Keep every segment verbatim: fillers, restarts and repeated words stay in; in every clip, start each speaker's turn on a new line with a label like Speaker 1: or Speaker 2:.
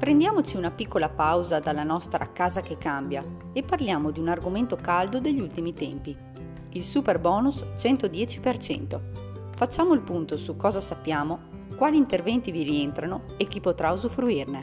Speaker 1: Prendiamoci una piccola pausa dalla nostra casa che cambia e parliamo di un argomento caldo degli ultimi tempi, il super bonus centodieci per cento. Facciamo il punto su cosa sappiamo, quali interventi vi rientrano e chi potrà usufruirne.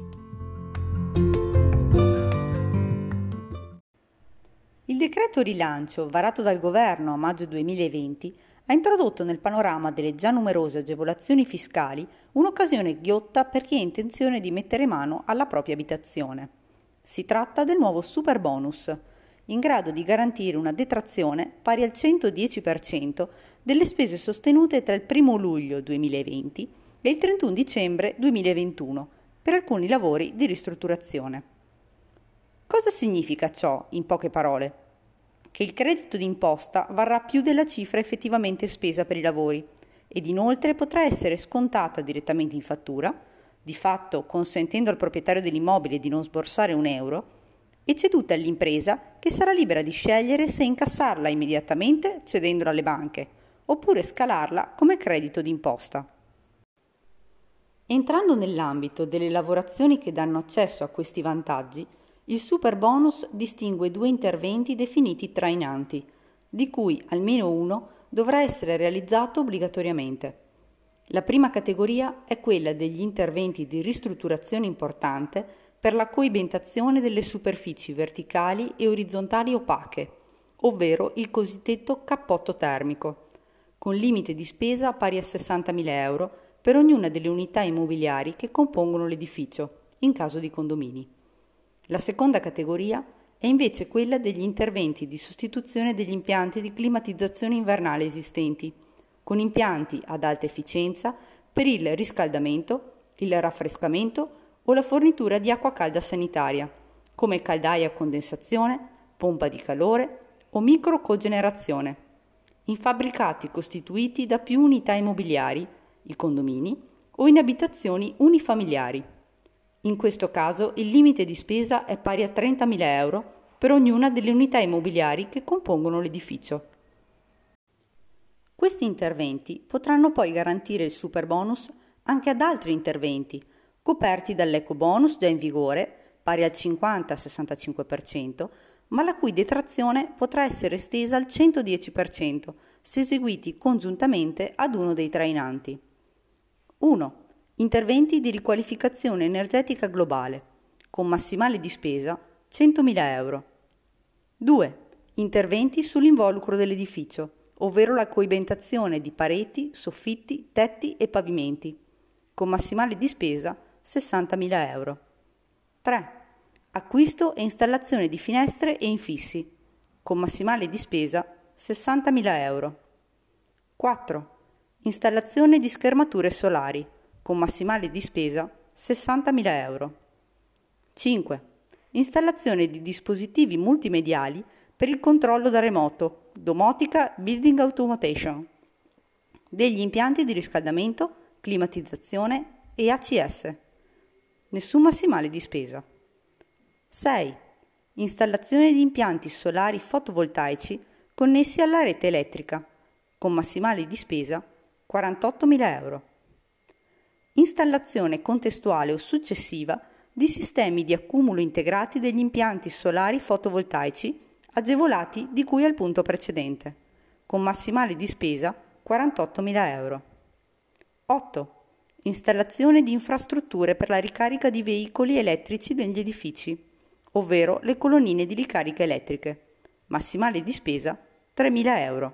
Speaker 1: Il decreto rilancio, varato dal governo a maggio duemilaventi, ha introdotto nel panorama delle già numerose agevolazioni fiscali un'occasione ghiotta per chi ha intenzione di mettere mano alla propria abitazione. Si tratta del nuovo super bonus, in grado di garantire una detrazione pari al centodieci per cento delle spese sostenute tra il primo luglio duemilaventi e il trentuno dicembre duemilaventuno per alcuni lavori di ristrutturazione. Cosa significa ciò, in poche parole? Che il credito d'imposta varrà più della cifra effettivamente spesa per i lavori ed inoltre potrà essere scontata direttamente in fattura, di fatto consentendo al proprietario dell'immobile di non sborsare un euro, e ceduta all'impresa che sarà libera di scegliere se incassarla immediatamente cedendolo alle banche oppure scalarla come credito d'imposta. Entrando nell'ambito delle lavorazioni che danno accesso a questi vantaggi, il super bonus distingue due interventi definiti trainanti, di cui almeno uno dovrà essere realizzato obbligatoriamente. La prima categoria è quella degli interventi di ristrutturazione importante per la coibentazione delle superfici verticali e orizzontali opache, ovvero il cosiddetto cappotto termico, con limite di spesa pari a sessantamila euro per ognuna delle unità immobiliari che compongono l'edificio, in caso di condomini. La seconda categoria è invece quella degli interventi di sostituzione degli impianti di climatizzazione invernale esistenti, con impianti ad alta efficienza per il riscaldamento, il raffrescamento o la fornitura di acqua calda sanitaria, come caldaia a condensazione, pompa di calore o microcogenerazione, in fabbricati costituiti da più unità immobiliari, i condomini, o in abitazioni unifamiliari. In questo caso il limite di spesa è pari a trentamila euro per ognuna delle unità immobiliari che compongono l'edificio. Questi interventi potranno poi garantire il super bonus anche ad altri interventi, coperti dall'eco bonus già in vigore, pari al cinquanta sessantacinque per cento, ma la cui detrazione potrà essere estesa al centodieci per cento se eseguiti congiuntamente ad uno dei trainanti. uno. Interventi di riqualificazione energetica globale, con massimale di spesa centomila euro. due. Interventi sull'involucro dell'edificio, ovvero la coibentazione di pareti, soffitti, tetti e pavimenti, con massimale di spesa sessantamila euro. tre. Acquisto e installazione di finestre e infissi, con massimale di spesa sessantamila euro. quattro. Installazione di schermature solari, con massimale di spesa sessantamila euro. cinque. Installazione di dispositivi multimediali per il controllo da remoto, domotica Building Automation, degli impianti di riscaldamento, climatizzazione e A C S. Nessun massimale di spesa. sei. Installazione di impianti solari fotovoltaici connessi alla rete elettrica, con massimale di spesa quarantottomila euro. Installazione contestuale o successiva di sistemi di accumulo integrati degli impianti solari fotovoltaici agevolati di cui al punto precedente, con massimale di spesa quarantottomila euro. otto. Installazione di infrastrutture per la ricarica di veicoli elettrici degli edifici, ovvero le colonnine di ricarica elettriche, massimale di spesa tremila euro.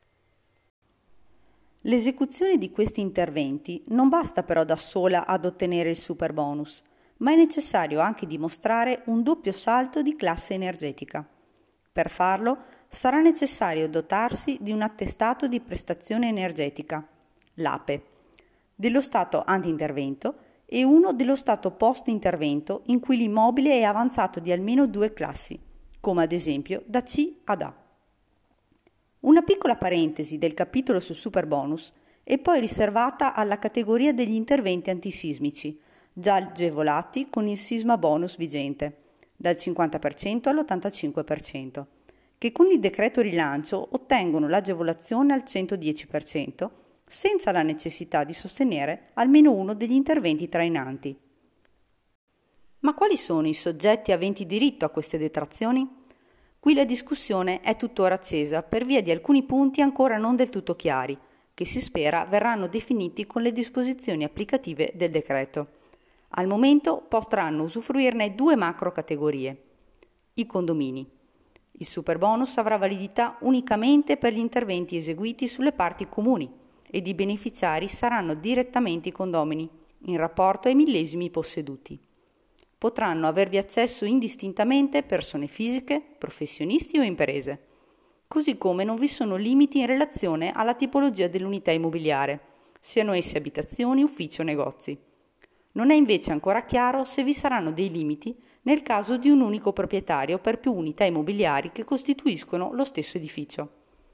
Speaker 1: L'esecuzione di questi interventi non basta però da sola ad ottenere il super bonus, ma è necessario anche dimostrare un doppio salto di classe energetica. Per farlo sarà necessario dotarsi di un attestato di prestazione energetica, l'A P E, dello stato anti-intervento e uno dello stato post-intervento in cui l'immobile è avanzato di almeno due classi, come ad esempio da C ad A. Una piccola parentesi del capitolo sul super bonus è poi riservata alla categoria degli interventi antisismici, già agevolati con il sisma bonus vigente, dal cinquanta per cento all'ottantacinque per cento, che con il decreto rilancio ottengono l'agevolazione al centodieci per cento senza la necessità di sostenere almeno uno degli interventi trainanti. Ma quali sono i soggetti aventi diritto a queste detrazioni? Qui la discussione è tuttora accesa per via di alcuni punti ancora non del tutto chiari, che si spera verranno definiti con le disposizioni applicative del decreto. Al momento potranno usufruirne due macro categorie. I condomini. Il superbonus avrà validità unicamente per gli interventi eseguiti sulle parti comuni ed i beneficiari saranno direttamente i condomini, in rapporto ai millesimi posseduti. Potranno avervi accesso indistintamente persone fisiche, professionisti o imprese, così come non vi sono limiti in relazione alla tipologia dell'unità immobiliare, siano esse abitazioni, uffici o negozi. Non è invece ancora chiaro se vi saranno dei limiti nel caso di un unico proprietario per più unità immobiliari che costituiscono lo stesso edificio.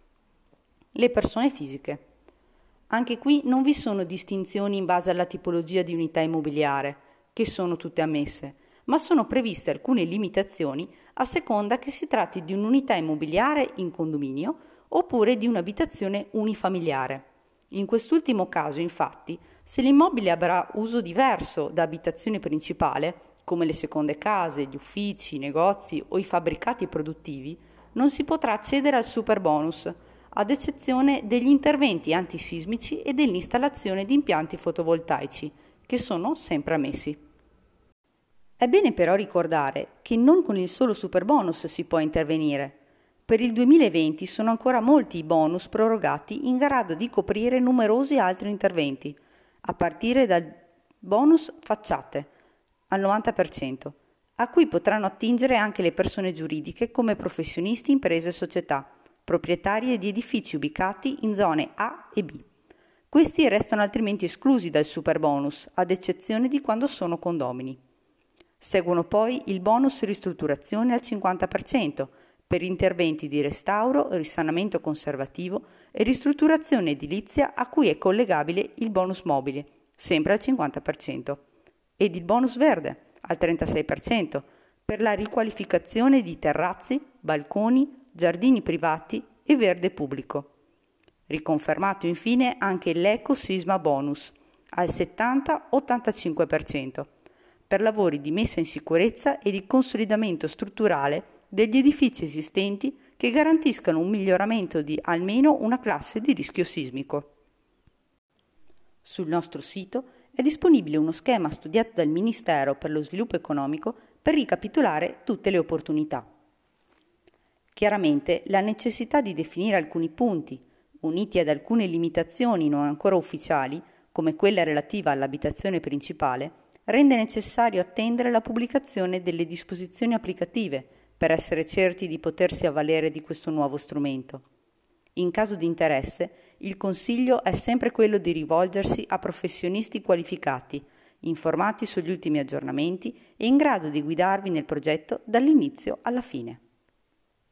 Speaker 1: Le persone fisiche. Anche qui non vi sono distinzioni in base alla tipologia di unità immobiliare, che sono tutte ammesse, ma sono previste alcune limitazioni a seconda che si tratti di un'unità immobiliare in condominio oppure di un'abitazione unifamiliare. In quest'ultimo caso, infatti, se l'immobile avrà uso diverso da abitazione principale, come le seconde case, gli uffici, i negozi o i fabbricati produttivi, non si potrà accedere al superbonus, ad eccezione degli interventi antisismici e dell'installazione di impianti fotovoltaici, che sono sempre ammessi. È bene però ricordare che non con il solo superbonus si può intervenire. Per il duemilaventi sono ancora molti i bonus prorogati in grado di coprire numerosi altri interventi, a partire dal bonus facciate al novanta per cento, a cui potranno attingere anche le persone giuridiche come professionisti, imprese e società, proprietarie di edifici ubicati in zone A e B. Questi restano altrimenti esclusi dal superbonus, ad eccezione di quando sono condomini. Seguono poi il bonus ristrutturazione al cinquanta per cento per interventi di restauro, risanamento conservativo e ristrutturazione edilizia a cui è collegabile il bonus mobile, sempre al cinquanta per cento, ed il bonus verde al trentasei per cento per la riqualificazione di terrazzi, balconi, giardini privati e verde pubblico. Riconfermato infine anche l'eco sisma bonus al settanta ottantacinque per cento per lavori di messa in sicurezza e di consolidamento strutturale degli edifici esistenti che garantiscano un miglioramento di almeno una classe di rischio sismico. Sul nostro sito è disponibile uno schema studiato dal Ministero per lo Sviluppo Economico per ricapitolare tutte le opportunità. Chiaramente la necessità di definire alcuni punti, uniti ad alcune limitazioni non ancora ufficiali, come quella relativa all'abitazione principale, rende necessario attendere la pubblicazione delle disposizioni applicative per essere certi di potersi avvalere di questo nuovo strumento. In caso di interesse, il consiglio è sempre quello di rivolgersi a professionisti qualificati, informati sugli ultimi aggiornamenti e in grado di guidarvi nel progetto dall'inizio alla fine.